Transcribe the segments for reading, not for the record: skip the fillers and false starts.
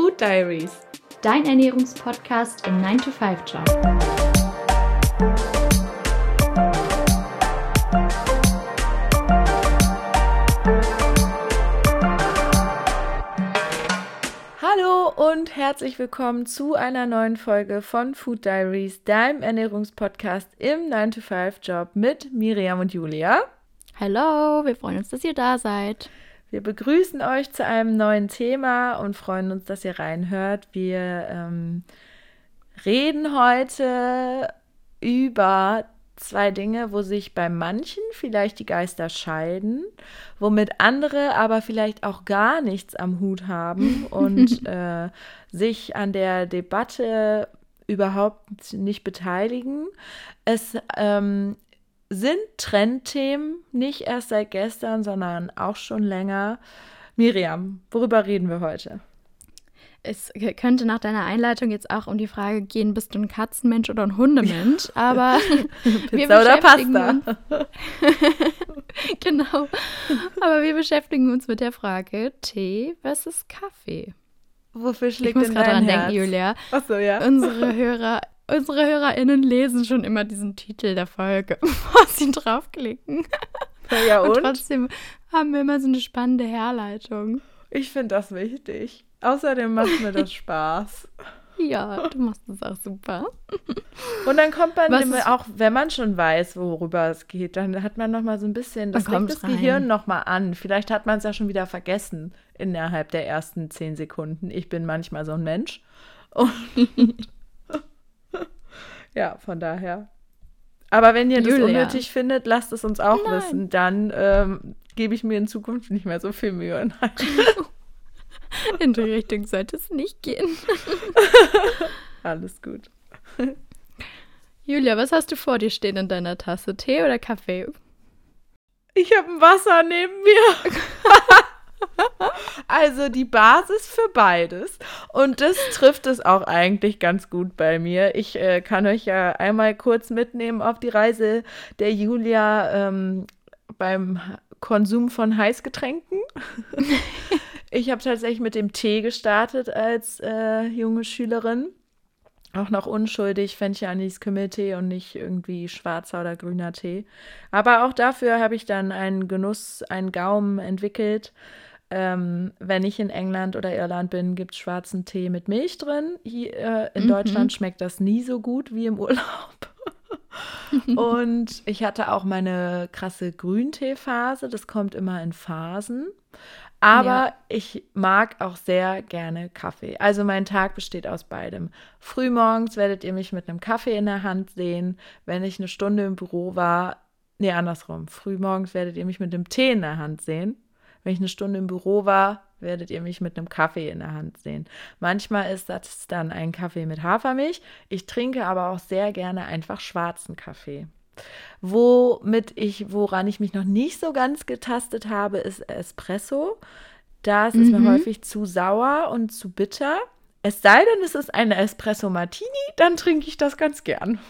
Food Diaries, dein Ernährungspodcast im 9-to-5-Job. Hallo und herzlich willkommen zu einer neuen Folge von Food Diaries, deinem Ernährungspodcast im 9-to-5-Job mit Miriam und Julia. Hallo, wir freuen uns, dass ihr da seid. Wir begrüßen euch zu einem neuen Thema und freuen uns, dass ihr reinhört. Wir reden heute über zwei Dinge, wo sich bei manchen vielleicht die Geister scheiden, womit andere aber vielleicht auch gar nichts am Hut haben und sich an der Debatte überhaupt nicht beteiligen. Es sind Trendthemen, nicht erst seit gestern, sondern auch schon länger. Miriam, worüber reden wir heute? Es könnte nach deiner Einleitung jetzt auch um die Frage gehen, bist du ein Katzenmensch oder ein Hundemensch? Aber Pizza oder Pasta? Genau. Aber wir beschäftigen uns mit der Frage Tee versus Kaffee. Wofür schlägt denn dein Herz? Ich muss gerade dran denken, Julia. Ach so, ja. Unsere HörerInnen lesen schon immer diesen Titel der Folge, bevor sie draufklicken. Ja, und trotzdem haben wir immer so eine spannende Herleitung. Ich finde das wichtig. Außerdem macht mir das Spaß. Ja, du machst das auch super. Und dann kommt man auch, wenn man schon weiß, worüber es geht, dann hat man noch mal so ein bisschen, das regt das Gehirn noch mal an. Vielleicht hat man es ja schon wieder vergessen innerhalb der ersten 10 Sekunden. Ich bin manchmal so ein Mensch. Und ja, von daher. Aber wenn ihr das unnötig findet, lasst es uns auch wissen. Dann gebe ich mir in Zukunft nicht mehr so viel Mühe. In die Richtung sollte es nicht gehen. Alles gut. Julia, was hast du vor dir stehen in deiner Tasse? Tee oder Kaffee? Ich habe ein Wasser neben mir. Also die Basis für beides. Und das trifft es auch eigentlich ganz gut bei mir. Ich kann euch ja einmal kurz mitnehmen auf die Reise der Julia beim Konsum von Heißgetränken. Ich habe tatsächlich mit dem Tee gestartet als junge Schülerin. Auch noch unschuldig, Fenchel, Anis, Kümmeltee und nicht irgendwie schwarzer oder grüner Tee. Aber auch dafür habe ich dann einen Gaumen entwickelt. Wenn ich in England oder Irland bin, gibt es schwarzen Tee mit Milch drin. Hier in Deutschland schmeckt das nie so gut wie im Urlaub. Und ich hatte auch meine krasse Grünteephase. Das kommt immer in Phasen. Aber ich mag auch sehr gerne Kaffee. Also mein Tag besteht aus beidem. Frühmorgens werdet ihr mich mit einem Kaffee in der Hand sehen. Wenn ich eine Stunde im Büro war, andersrum. Frühmorgens werdet ihr mich mit einem Tee in der Hand sehen. Wenn ich eine Stunde im Büro war, werdet ihr mich mit einem Kaffee in der Hand sehen. Manchmal ist das dann ein Kaffee mit Hafermilch. Ich trinke aber auch sehr gerne einfach schwarzen Kaffee. Woran ich mich noch nicht so ganz getastet habe, ist Espresso. Das ist mir häufig zu sauer und zu bitter. Es sei denn, es ist eine Espresso Martini, dann trinke ich das ganz gern.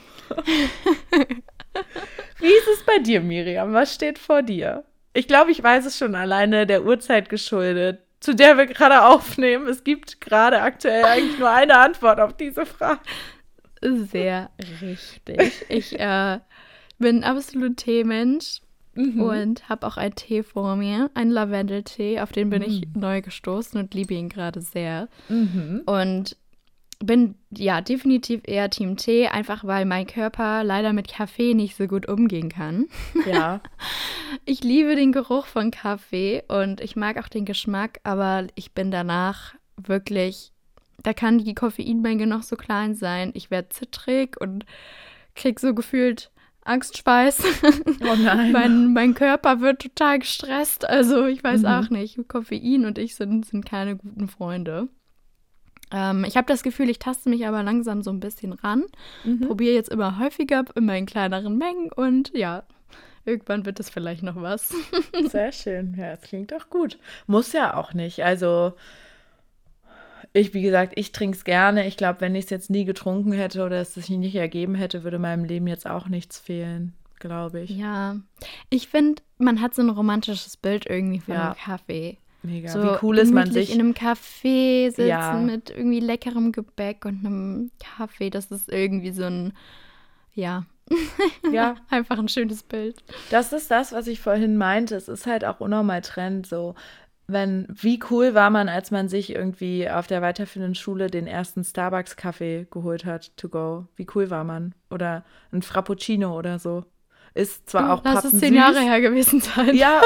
Wie ist es bei dir, Miriam? Was steht vor dir? Ich glaube, ich weiß es schon alleine der Uhrzeit geschuldet, zu der wir gerade aufnehmen. Es gibt gerade aktuell eigentlich nur eine Antwort auf diese Frage. Sehr richtig. Ich bin absolut Teemensch und habe auch einen Tee vor mir, einen Lavendeltee, auf den bin ich neu gestoßen und liebe ihn gerade sehr. Und bin ja definitiv eher Team Tee, einfach weil mein Körper leider mit Kaffee nicht so gut umgehen kann. Ja. Ich liebe den Geruch von Kaffee und ich mag auch den Geschmack, aber ich bin danach wirklich, da kann die Koffeinmenge noch so klein sein. Ich werde zittrig und krieg so gefühlt Angstschweiß. Oh nein. Mein Körper wird total gestresst. Also ich weiß auch nicht. Koffein und ich sind keine guten Freunde. Ich habe das Gefühl, ich taste mich aber langsam so ein bisschen ran. Probiere jetzt immer häufiger, immer in kleineren Mengen. Und ja, irgendwann wird es vielleicht noch was. Sehr schön. Ja, das klingt doch gut. Muss ja auch nicht. Also wie gesagt, ich trinke es gerne. Ich glaube, wenn ich es jetzt nie getrunken hätte oder es sich nicht ergeben hätte, würde meinem Leben jetzt auch nichts fehlen, glaube ich. Ja, ich finde, man hat so ein romantisches Bild irgendwie von einem Kaffee. Mega. So Wie cool ist man gemütlich sich. in einem Café sitzen Ja, mit irgendwie leckerem Gebäck und einem Kaffee. Das ist irgendwie so ein, ja, ja, einfach ein schönes Bild. das ist das, was ich vorhin meinte. Es ist halt auch unnormal Trend, so. Wie cool war man, als man sich irgendwie auf der weiterführenden Schule den ersten Starbucks-Kaffee geholt hat, to go. Wie cool war man? Oder ein Frappuccino oder so. Ist zwar auch Lass es 10 Jahre pappensüß. her gewesen sein. Ja,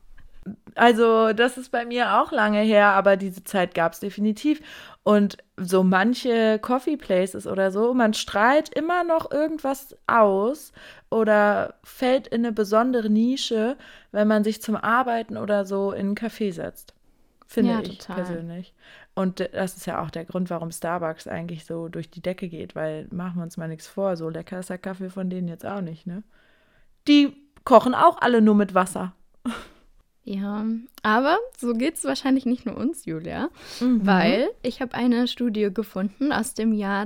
also das ist bei mir auch lange her, aber diese Zeit gab es definitiv. Und so manche Coffee Places oder so, man strahlt immer noch irgendwas aus oder fällt in eine besondere Nische, wenn man sich zum Arbeiten oder so in einen Café setzt. Finde Ja, ich total. persönlich. Und das ist ja auch der Grund, warum Starbucks eigentlich so durch die Decke geht, weil machen wir uns mal nichts vor, so lecker ist der Kaffee von denen jetzt auch nicht, ne? Die kochen auch alle nur mit Wasser. Ja, aber so geht es wahrscheinlich nicht nur uns, Julia, Mhm. weil ich habe eine Studie gefunden aus dem Jahr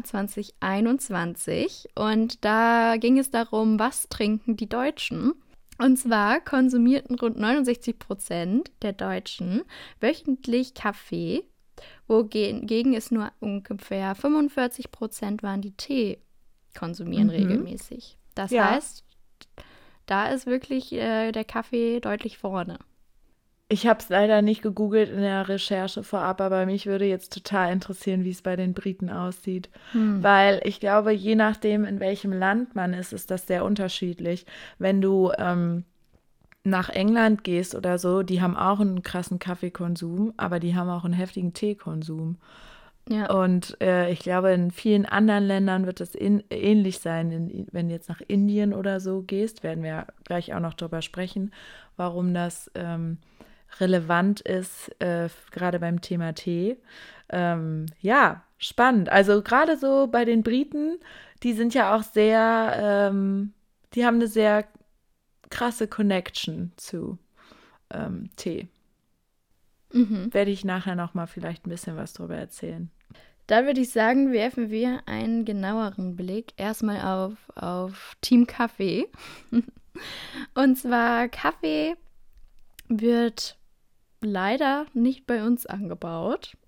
2021 und da ging es darum, was trinken die Deutschen. Und zwar konsumierten rund 69% der Deutschen wöchentlich Kaffee, wogegen es nur ungefähr 45% waren, die Tee konsumieren Mhm. regelmäßig. Das Ja. heißt, da ist wirklich der Kaffee deutlich vorne. Ich habe es leider nicht gegoogelt in der Recherche vorab, aber mich würde jetzt total interessieren, wie es bei den Briten aussieht. Hm. Weil ich glaube, je nachdem, in welchem Land man ist das sehr unterschiedlich. Wenn du nach England gehst oder so, die haben auch einen krassen Kaffeekonsum, aber die haben auch einen heftigen Teekonsum. Ja. Und ich glaube, in vielen anderen Ländern wird es ähnlich sein. Wenn du jetzt nach Indien oder so gehst, werden wir ja gleich auch noch drüber sprechen, warum das relevant ist, gerade beim Thema Tee. Ja, spannend. Also gerade so bei den Briten, die sind ja auch die haben eine sehr krasse Connection zu Tee. Mhm. Werde ich nachher noch mal vielleicht ein bisschen was drüber erzählen. Dann würde ich sagen, werfen wir einen genaueren Blick erstmal auf Team Kaffee. Und zwar Kaffee wird leider nicht bei uns angebaut.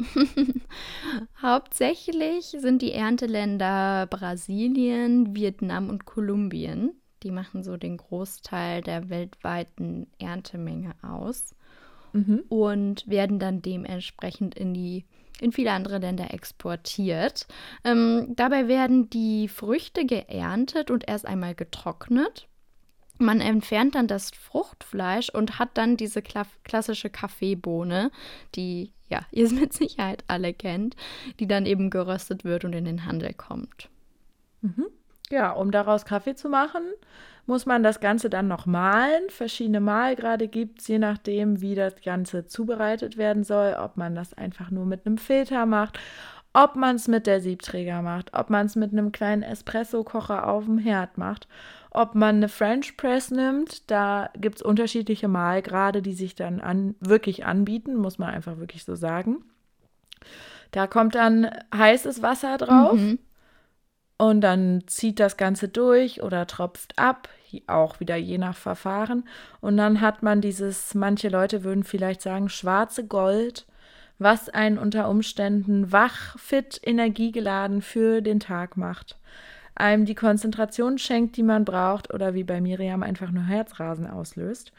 Hauptsächlich sind die Ernteländer Brasilien, Vietnam und Kolumbien. Die machen so den Großteil der weltweiten Erntemenge aus Mhm. und werden dann dementsprechend in viele andere Länder exportiert. Dabei werden die Früchte geerntet und erst einmal getrocknet. Man entfernt dann das Fruchtfleisch und hat dann diese klassische Kaffeebohne, die ja, ihr es mit Sicherheit alle kennt, die dann eben geröstet wird und in den Handel kommt. Mhm. Ja, um daraus Kaffee zu machen, muss man das Ganze dann noch mahlen. Verschiedene Mahlgrade gibt es, je nachdem, wie das Ganze zubereitet werden soll. Ob man das einfach nur mit einem Filter macht, ob man es mit der Siebträger macht, ob man es mit einem kleinen Espresso-Kocher auf dem Herd macht, ob man eine French Press nimmt. Da gibt es unterschiedliche Mahlgrade, die sich dann wirklich anbieten, muss man einfach wirklich so sagen. Da kommt dann heißes Wasser drauf. Mhm. Und dann zieht das Ganze durch oder tropft ab, auch wieder je nach Verfahren. Und dann hat man manche Leute würden vielleicht sagen, schwarze Gold, was einen unter Umständen wach, fit, energiegeladen für den Tag macht. Einem die Konzentration schenkt, die man braucht, oder wie bei Miriam einfach nur Herzrasen auslöst.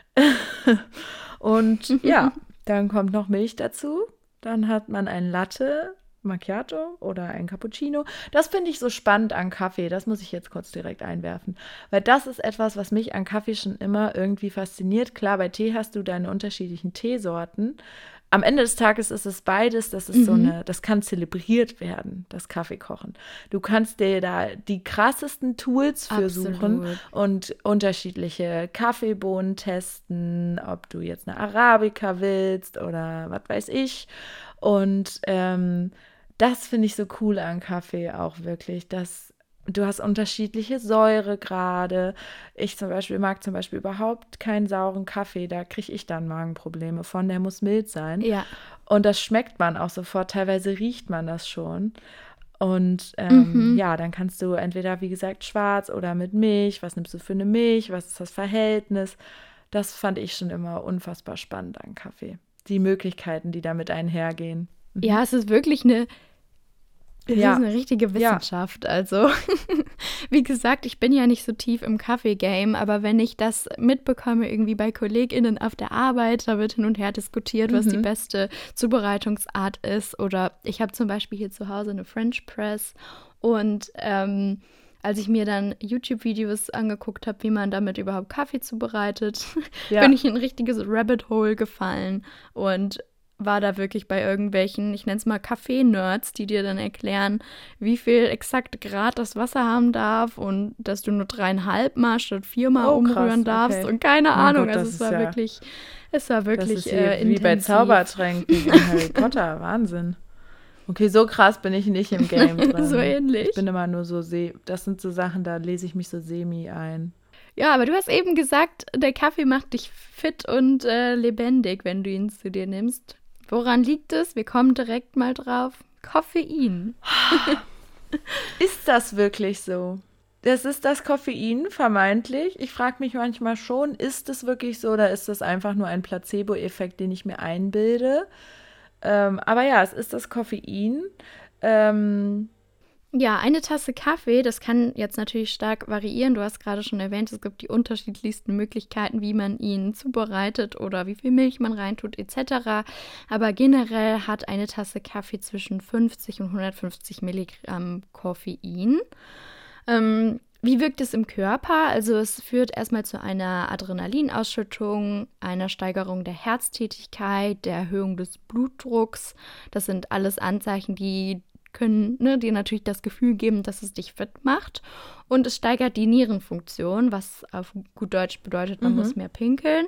Und ja, dann kommt noch Milch dazu. Dann hat man ein Latte Macchiato oder ein Cappuccino. Das finde ich so spannend an Kaffee. Das muss ich jetzt kurz direkt einwerfen. Weil das ist etwas, was mich an Kaffee schon immer irgendwie fasziniert. Klar, bei Tee hast du deine unterschiedlichen Teesorten. Am Ende des Tages ist es beides. Das ist Mhm. das kann zelebriert werden, das Kaffeekochen. Du kannst dir da die krassesten Tools für suchen Absolut. und unterschiedliche Kaffeebohnen testen, ob du jetzt eine Arabica willst oder was weiß ich. Und das finde ich so cool an Kaffee auch wirklich, dass du hast unterschiedliche Säuregrade. Ich zum Beispiel mag zum Beispiel überhaupt keinen sauren Kaffee, da kriege ich dann Magenprobleme von, der muss mild sein. Ja. Und das schmeckt man auch sofort, teilweise riecht man das schon. Und Mhm. ja, dann kannst du entweder, wie gesagt, schwarz oder mit Milch. Was nimmst du für eine Milch? Was ist das Verhältnis? Das fand ich schon immer unfassbar spannend an Kaffee. die Möglichkeiten, die damit einhergehen. Ja, es ist wirklich es ist eine richtige Wissenschaft. Also, wie gesagt, ich bin ja nicht so tief im Kaffee-Game, aber wenn ich das mitbekomme, irgendwie bei KollegInnen auf der Arbeit, da wird hin und her diskutiert, was die beste Zubereitungsart ist. Oder ich habe zum Beispiel hier zu Hause eine French Press und als ich mir dann YouTube-Videos angeguckt habe, wie man damit überhaupt Kaffee zubereitet, bin ich in ein richtiges Rabbit Hole gefallen und war da wirklich bei irgendwelchen, ich nenne es mal Kaffee-Nerds, die dir dann erklären, wie viel exakt Grad das Wasser haben darf und dass du nur 3,5 Mal statt 4 Mal umrühren darfst und keine Ahnung. Gott, Also es war wirklich wie bei Zaubertränken in Harry Potter, Wahnsinn. Okay, so krass bin ich nicht im Game drin. So ähnlich. Ich bin immer nur so, das sind so Sachen, da lese ich mich so semi ein. Ja, aber du hast eben gesagt, der Kaffee macht dich fit und lebendig, wenn du ihn zu dir nimmst. Woran liegt es? Wir kommen direkt mal drauf. Koffein. Ist das wirklich so? Das ist das Koffein, vermeintlich. Ich frage mich manchmal schon, ist es wirklich so oder ist das einfach nur ein Placebo-Effekt, den ich mir einbilde? Aber ja, es ist das Koffein. Ja, eine Tasse Kaffee, das kann jetzt natürlich stark variieren. Du hast gerade schon erwähnt, es gibt die unterschiedlichsten Möglichkeiten, wie man ihn zubereitet oder wie viel Milch man reintut etc. Aber generell hat eine Tasse Kaffee zwischen 50 und 150 Milligramm Koffein. Wie wirkt es im Körper? Also es führt erstmal zu einer Adrenalinausschüttung, einer Steigerung der Herztätigkeit, der Erhöhung des Blutdrucks. Das sind alles Anzeichen, die können dir natürlich das Gefühl geben, dass es dich fit macht. Und es steigert die Nierenfunktion, was auf gut Deutsch bedeutet, man muss mehr pinkeln.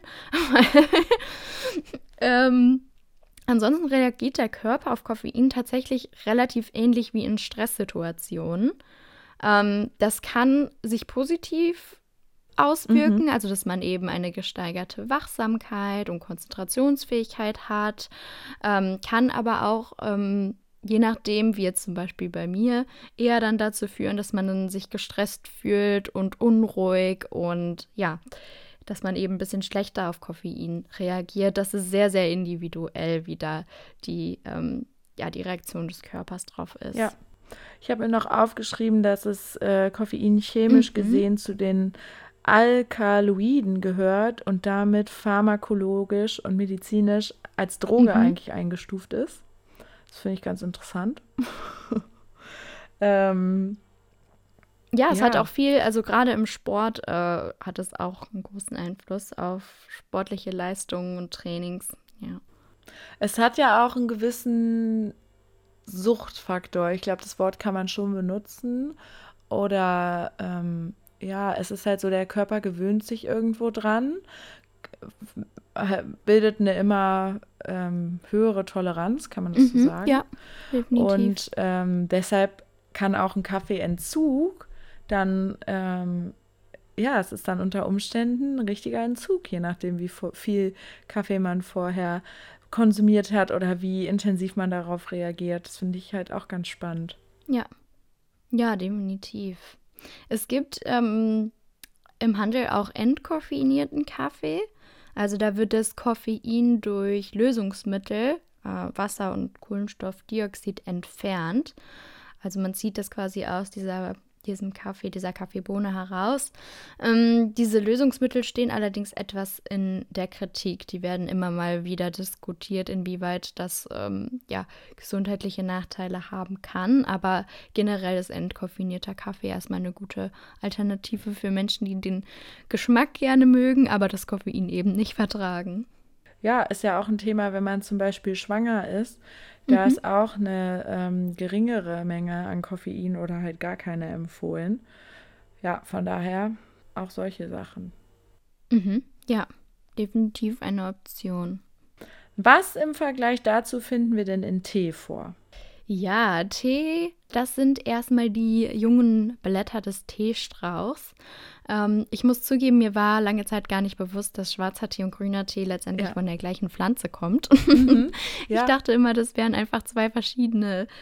Ansonsten reagiert der Körper auf Koffein tatsächlich relativ ähnlich wie in Stresssituationen. Das kann sich positiv auswirken, also dass man eben eine gesteigerte Wachsamkeit und Konzentrationsfähigkeit hat, kann aber auch je nachdem, wie jetzt zum Beispiel bei mir, eher dann dazu führen, dass man dann sich gestresst fühlt und unruhig und ja, dass man eben ein bisschen schlechter auf Koffein reagiert. Das ist sehr, sehr individuell, wie da die Reaktion des Körpers drauf ist. Ja, ich habe mir noch aufgeschrieben, dass es Koffein chemisch gesehen zu den Alkaloiden gehört und damit pharmakologisch und medizinisch als Droge eigentlich eingestuft ist. Das finde ich ganz interessant. Es hat auch viel, also gerade im Sport hat es auch einen großen Einfluss auf sportliche Leistungen und Trainings. Ja. Es hat ja auch einen gewissen Suchtfaktor. Ich glaube, das Wort kann man schon benutzen. Oder es ist halt so, der Körper gewöhnt sich irgendwo dran, bildet eine immer höhere Toleranz, kann man das so sagen? Ja, definitiv. Und deshalb kann auch ein Kaffeeentzug dann, es ist dann unter Umständen ein richtiger Entzug, je nachdem, wie viel Kaffee man vorher konsumiert hat oder wie intensiv man darauf reagiert. Das finde ich halt auch ganz spannend. Ja, definitiv. Es gibt im Handel auch entkoffeinierten Kaffee. Also da wird das Koffein durch Lösungsmittel, Wasser und Kohlenstoffdioxid entfernt. Also man zieht das quasi aus diesem Kaffee, dieser Kaffeebohne heraus. Diese Lösungsmittel stehen allerdings etwas in der Kritik. Die werden immer mal wieder diskutiert, inwieweit das gesundheitliche Nachteile haben kann. Aber generell ist entkoffinierter Kaffee erstmal eine gute Alternative für Menschen, die den Geschmack gerne mögen, aber das Koffein eben nicht vertragen. Ja, ist ja auch ein Thema, wenn man zum Beispiel schwanger ist. Da ist auch eine geringere Menge an Koffein oder halt gar keine empfohlen. Ja, von daher auch solche Sachen. Ja, definitiv eine Option. Was im Vergleich dazu finden wir denn in Tee vor? Ja, Tee, das sind erstmal die jungen Blätter des Teestrauchs. Ich muss zugeben, mir war lange Zeit gar nicht bewusst, dass schwarzer Tee und grüner Tee letztendlich von der gleichen Pflanze kommt. Ich dachte immer, das wären einfach zwei verschiedene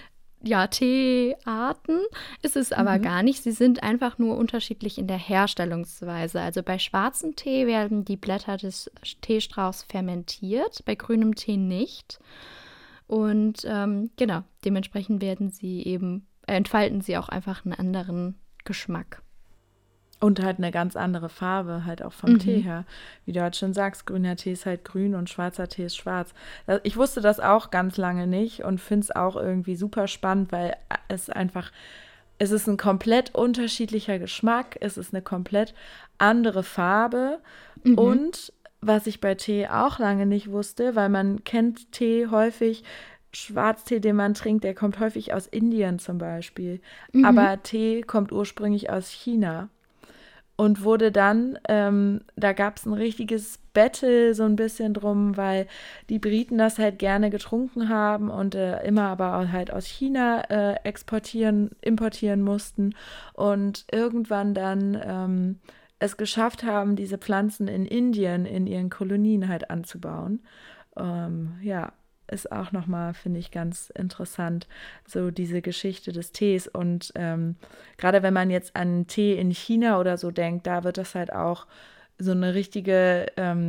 ja, Teearten ist es aber gar nicht. Sie sind einfach nur unterschiedlich in der Herstellungsweise. Also bei schwarzem Tee werden die Blätter des Teestrauchs fermentiert, bei grünem Tee nicht. Und genau, dementsprechend entfalten sie auch einfach einen anderen Geschmack. Und halt eine ganz andere Farbe, halt auch vom Tee her. Wie du halt schon sagst, grüner Tee ist halt grün und schwarzer Tee ist schwarz. Ich wusste das auch ganz lange nicht und finde es auch irgendwie super spannend, weil es ist ein komplett unterschiedlicher Geschmack, es ist eine komplett andere Farbe. Und was ich bei Tee auch lange nicht wusste, weil man kennt Tee häufig, Schwarztee, den man trinkt, der kommt häufig aus Indien zum Beispiel. Aber Tee kommt ursprünglich aus China. Und wurde dann, da gab es ein richtiges Battle so ein bisschen drum, weil die Briten das halt gerne getrunken haben und immer aber halt aus China importieren mussten und irgendwann dann es geschafft haben, diese Pflanzen in Indien in ihren Kolonien halt anzubauen. Ja, ist auch nochmal, finde ich, ganz interessant, so diese Geschichte des Tees. Und gerade wenn man jetzt an Tee in China oder so denkt, da wird das halt auch so eine richtige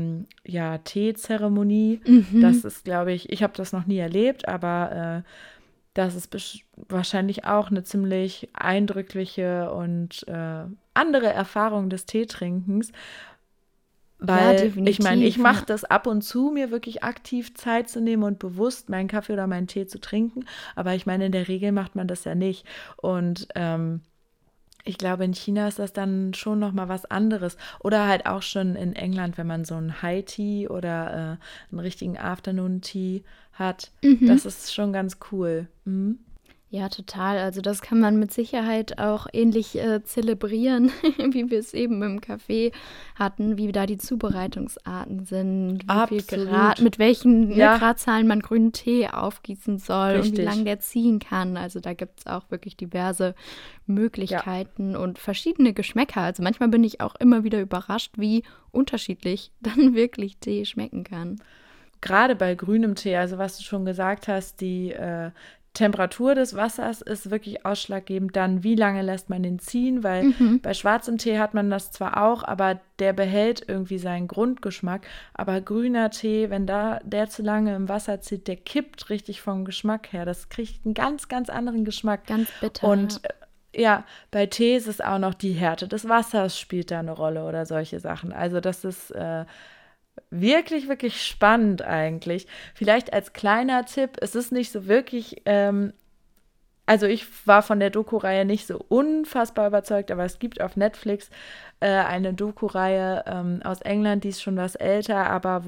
Teezeremonie. Das ist, glaube ich habe das noch nie erlebt, aber das ist wahrscheinlich auch eine ziemlich eindrückliche und andere Erfahrung des Teetrinkens. Weil ich meine, ich mache das ab und zu, mir wirklich aktiv Zeit zu nehmen und bewusst meinen Kaffee oder meinen Tee zu trinken. Aber ich meine, in der Regel macht man das ja nicht. Und ich glaube, in China ist das dann schon nochmal was anderes. Oder halt auch schon in England, wenn man so einen High Tea oder einen richtigen Afternoon Tea hat. Das ist schon ganz cool. Ja, total. Also das kann man mit Sicherheit auch ähnlich zelebrieren, wie wir es eben im Café hatten, wie da die Zubereitungsarten sind, mit welchen Gradzahlen man grünen Tee aufgießen soll und wie lange der ziehen kann. Also da gibt es auch wirklich diverse Möglichkeiten und verschiedene Geschmäcker. Also manchmal bin ich auch immer wieder überrascht, wie unterschiedlich dann wirklich Tee schmecken kann. Gerade bei grünem Tee, also was du schon gesagt hast, die Temperatur des Wassers ist wirklich ausschlaggebend. Dann, wie lange lässt man den ziehen? Weil bei schwarzem Tee hat man das zwar auch, aber der behält irgendwie seinen Grundgeschmack. Aber grüner Tee, wenn der zu lange im Wasser zieht, der kippt richtig vom Geschmack her. Das kriegt einen ganz, ganz anderen Geschmack. Ganz bitter. Und bei Tee ist es auch noch die Härte des Wassers spielt da eine Rolle oder solche Sachen. Also das ist wirklich, wirklich spannend eigentlich. Vielleicht als kleiner Tipp, es ist nicht so wirklich, also ich war von der Doku-Reihe nicht so unfassbar überzeugt, aber es gibt auf Netflix eine Doku-Reihe aus England, die ist schon was älter, aber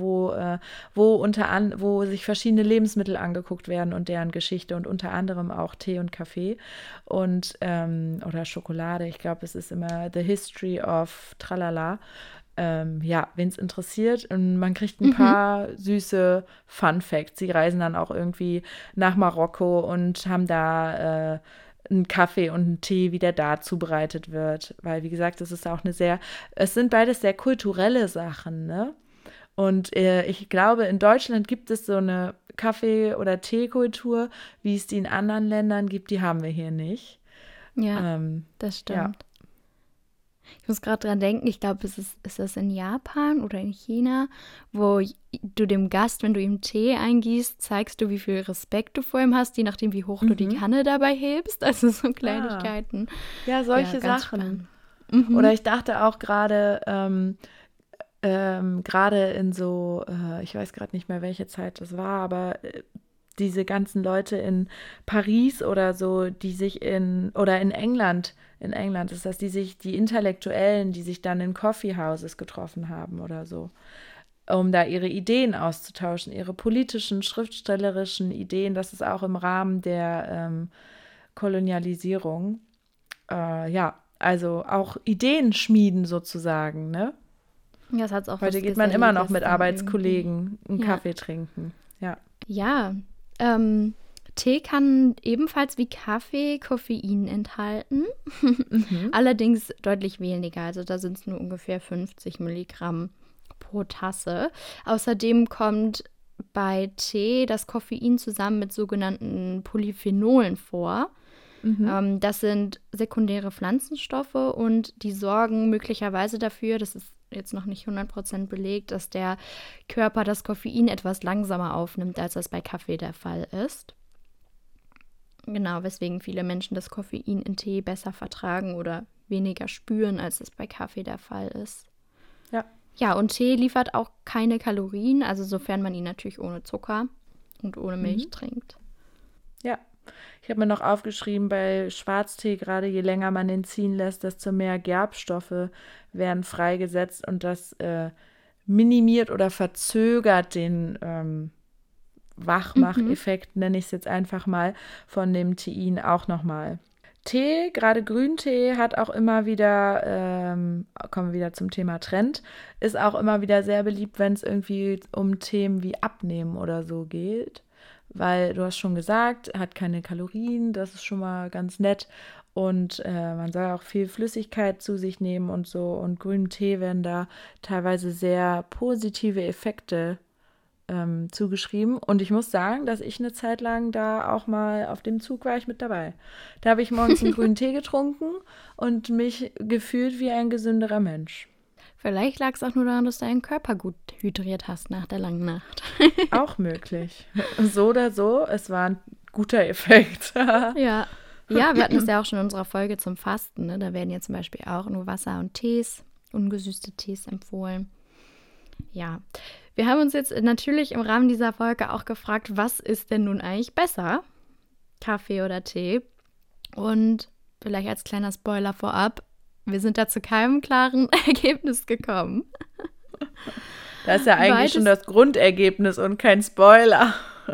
wo sich verschiedene Lebensmittel angeguckt werden und deren Geschichte und unter anderem auch Tee und Kaffee und oder Schokolade. Ich glaube, es ist immer The History of Tralala. Wen es interessiert. Und man kriegt ein paar süße Fun Facts. Sie reisen dann auch irgendwie nach Marokko und haben da einen Kaffee und einen Tee, wie der da zubereitet wird. Weil, wie gesagt, es sind beides sehr kulturelle Sachen, ne? Und ich glaube, in Deutschland gibt es so eine Kaffee- oder Teekultur, wie es die in anderen Ländern gibt, die haben wir hier nicht. Ja, das stimmt. Ja. Ich muss gerade dran denken, ich glaube, ist das in Japan oder in China, wo du dem Gast, wenn du ihm Tee eingießt, zeigst du, wie viel Respekt du vor ihm hast, je nachdem, wie hoch du die Kanne dabei hebst. Also so Kleinigkeiten. Ja, solche Sachen. Oder ich dachte auch gerade in so, ich weiß gerade nicht mehr, welche Zeit das war, aber diese ganzen Leute in Paris oder so, oder in England ist das, die Intellektuellen, die sich dann in Coffeehouses getroffen haben oder so, um da ihre Ideen auszutauschen, ihre politischen, schriftstellerischen Ideen, das ist auch im Rahmen der Kolonialisierung. Also auch Ideen schmieden sozusagen, ne? Ja, das hat's auch Heute geht man immer noch mit Arbeitskollegen einen Kaffee trinken, ja. Ja, Tee kann ebenfalls wie Kaffee Koffein enthalten, allerdings deutlich weniger. Also da sind es nur ungefähr 50 Milligramm pro Tasse. Außerdem kommt bei Tee das Koffein zusammen mit sogenannten Polyphenolen vor. Das sind sekundäre Pflanzenstoffe und die sorgen möglicherweise dafür, das ist jetzt noch nicht 100% belegt, dass der Körper das Koffein etwas langsamer aufnimmt, als das bei Kaffee der Fall ist. Genau, weswegen viele Menschen das Koffein in Tee besser vertragen oder weniger spüren, als es bei Kaffee der Fall ist. Ja. Ja, und Tee liefert auch keine Kalorien, also sofern man ihn natürlich ohne Zucker und ohne Milch trinkt. Ja. Ich habe mir noch aufgeschrieben, bei Schwarztee, gerade je länger man den ziehen lässt, desto mehr Gerbstoffe werden freigesetzt und das minimiert oder verzögert den Wachmacheffekt, nenne ich es jetzt einfach mal, von dem Tein auch nochmal. Tee, gerade Grüntee, hat auch immer wieder, kommen wir wieder zum Thema Trend, ist auch immer wieder sehr beliebt, wenn es irgendwie um Themen wie Abnehmen oder so geht. Weil du hast schon gesagt, hat keine Kalorien, das ist schon mal ganz nett. Und man soll auch viel Flüssigkeit zu sich nehmen und so. Und grünem Tee werden da teilweise sehr positive Effekte zugeschrieben. Und ich muss sagen, dass ich eine Zeit lang da auch mal auf dem Zug war ich mit dabei. Da habe ich morgens einen grünen Tee getrunken und mich gefühlt wie ein gesünderer Mensch. Vielleicht lag es auch nur daran, dass du deinen Körper gut hydriert hast nach der langen Nacht. Auch möglich. So oder so, es war ein guter Effekt. Ja. Ja, wir hatten es ja auch schon in unserer Folge zum Fasten. Ne? Da werden ja zum Beispiel auch nur Wasser und Tees, ungesüßte Tees empfohlen. Ja, wir haben uns jetzt natürlich im Rahmen dieser Folge auch gefragt, was ist denn nun eigentlich besser? Kaffee oder Tee? Und vielleicht als kleiner Spoiler vorab, wir sind da zu keinem klaren Ergebnis gekommen. Das ist ja eigentlich schon das Grundergebnis und kein Spoiler.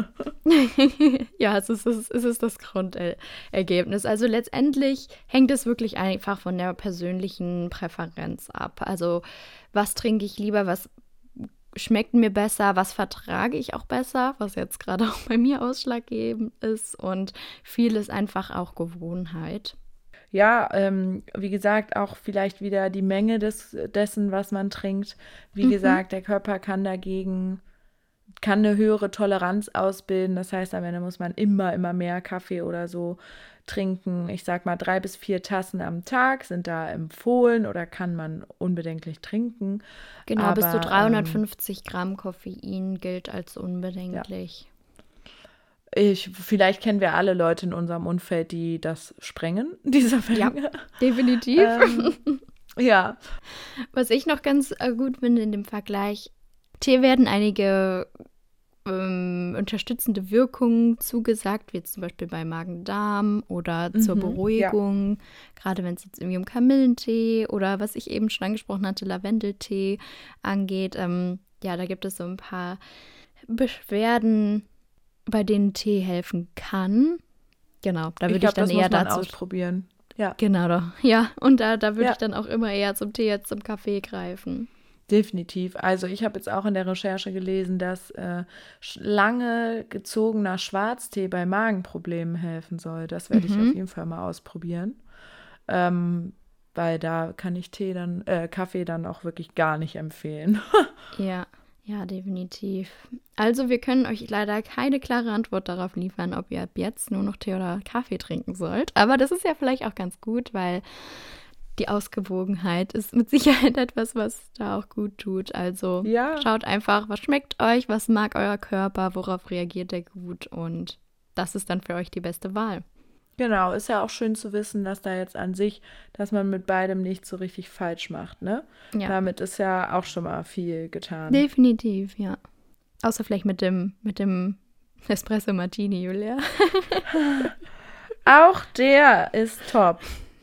Ja, es ist das Grundergebnis. Also letztendlich hängt es wirklich einfach von der persönlichen Präferenz ab. Also was trinke ich lieber, was schmeckt mir besser, was vertrage ich auch besser, was jetzt gerade auch bei mir ausschlaggebend ist. Und viel ist einfach auch Gewohnheit. Ja, wie gesagt, auch vielleicht wieder die Menge dessen, was man trinkt. Wie gesagt, der Körper kann eine höhere Toleranz ausbilden. Das heißt, am Ende muss man immer mehr Kaffee oder so trinken. Ich sag mal, 3 bis 4 Tassen am Tag sind da empfohlen oder kann man unbedenklich trinken. Genau, aber, bis zu 350 Gramm Koffein gilt als unbedenklich. Ja. Vielleicht kennen wir alle Leute in unserem Umfeld, die das sprengen, diese Menge. Ja, definitiv. Ja. Was ich noch ganz gut finde in dem Vergleich, Tee werden einige unterstützende Wirkungen zugesagt, wie jetzt zum Beispiel bei Magen-Darm oder zur Beruhigung, gerade wenn es jetzt irgendwie um Kamillentee oder was ich eben schon angesprochen hatte, Lavendeltee angeht. Ja, da gibt es so ein paar Beschwerden, bei denen Tee helfen kann. Genau, da würde ich dann eher dazu ausprobieren. Ja. Genau doch. Ja, und da würde ich dann auch immer eher zum Tee als zum Kaffee greifen. Definitiv. Also ich habe jetzt auch in der Recherche gelesen, dass lange gezogener Schwarztee bei Magenproblemen helfen soll. Das werde ich auf jeden Fall mal ausprobieren. Weil da kann ich Kaffee dann auch wirklich gar nicht empfehlen. Ja, definitiv. Also wir können euch leider keine klare Antwort darauf liefern, ob ihr ab jetzt nur noch Tee oder Kaffee trinken sollt. Aber das ist ja vielleicht auch ganz gut, weil die Ausgewogenheit ist mit Sicherheit etwas, was da auch gut tut. Also schaut einfach, was schmeckt euch, was mag euer Körper, worauf reagiert er gut und das ist dann für euch die beste Wahl. Genau, ist ja auch schön zu wissen, dass da jetzt an sich, dass man mit beidem nicht so richtig falsch macht, ne? Ja. Damit ist ja auch schon mal viel getan. Definitiv, ja. Außer vielleicht mit dem Espresso Martini, Julia. Auch der ist top.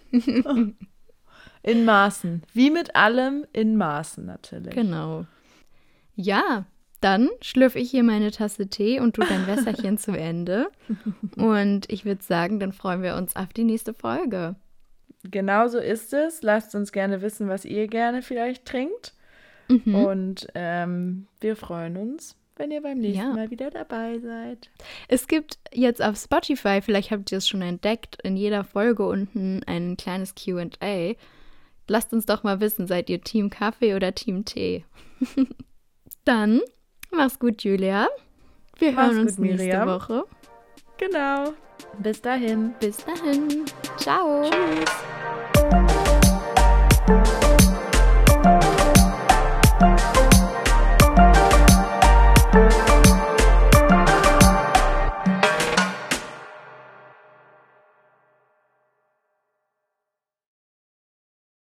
In Maßen. Wie mit allem in Maßen natürlich. Genau. Ja, dann schlürfe ich hier meine Tasse Tee und du dein Wässerchen zu Ende. Und ich würde sagen, dann freuen wir uns auf die nächste Folge. Genau so ist es. Lasst uns gerne wissen, was ihr gerne vielleicht trinkt. Und wir freuen uns, wenn ihr beim nächsten Mal wieder dabei seid. Es gibt jetzt auf Spotify, vielleicht habt ihr es schon entdeckt, in jeder Folge unten ein kleines Q&A. Lasst uns doch mal wissen, seid ihr Team Kaffee oder Team Tee? Dann mach's gut, Julia. Wir Mach's hören uns gut, nächste Miriam. Woche. Genau. Bis dahin. Bis dahin. Ciao. Tschüss.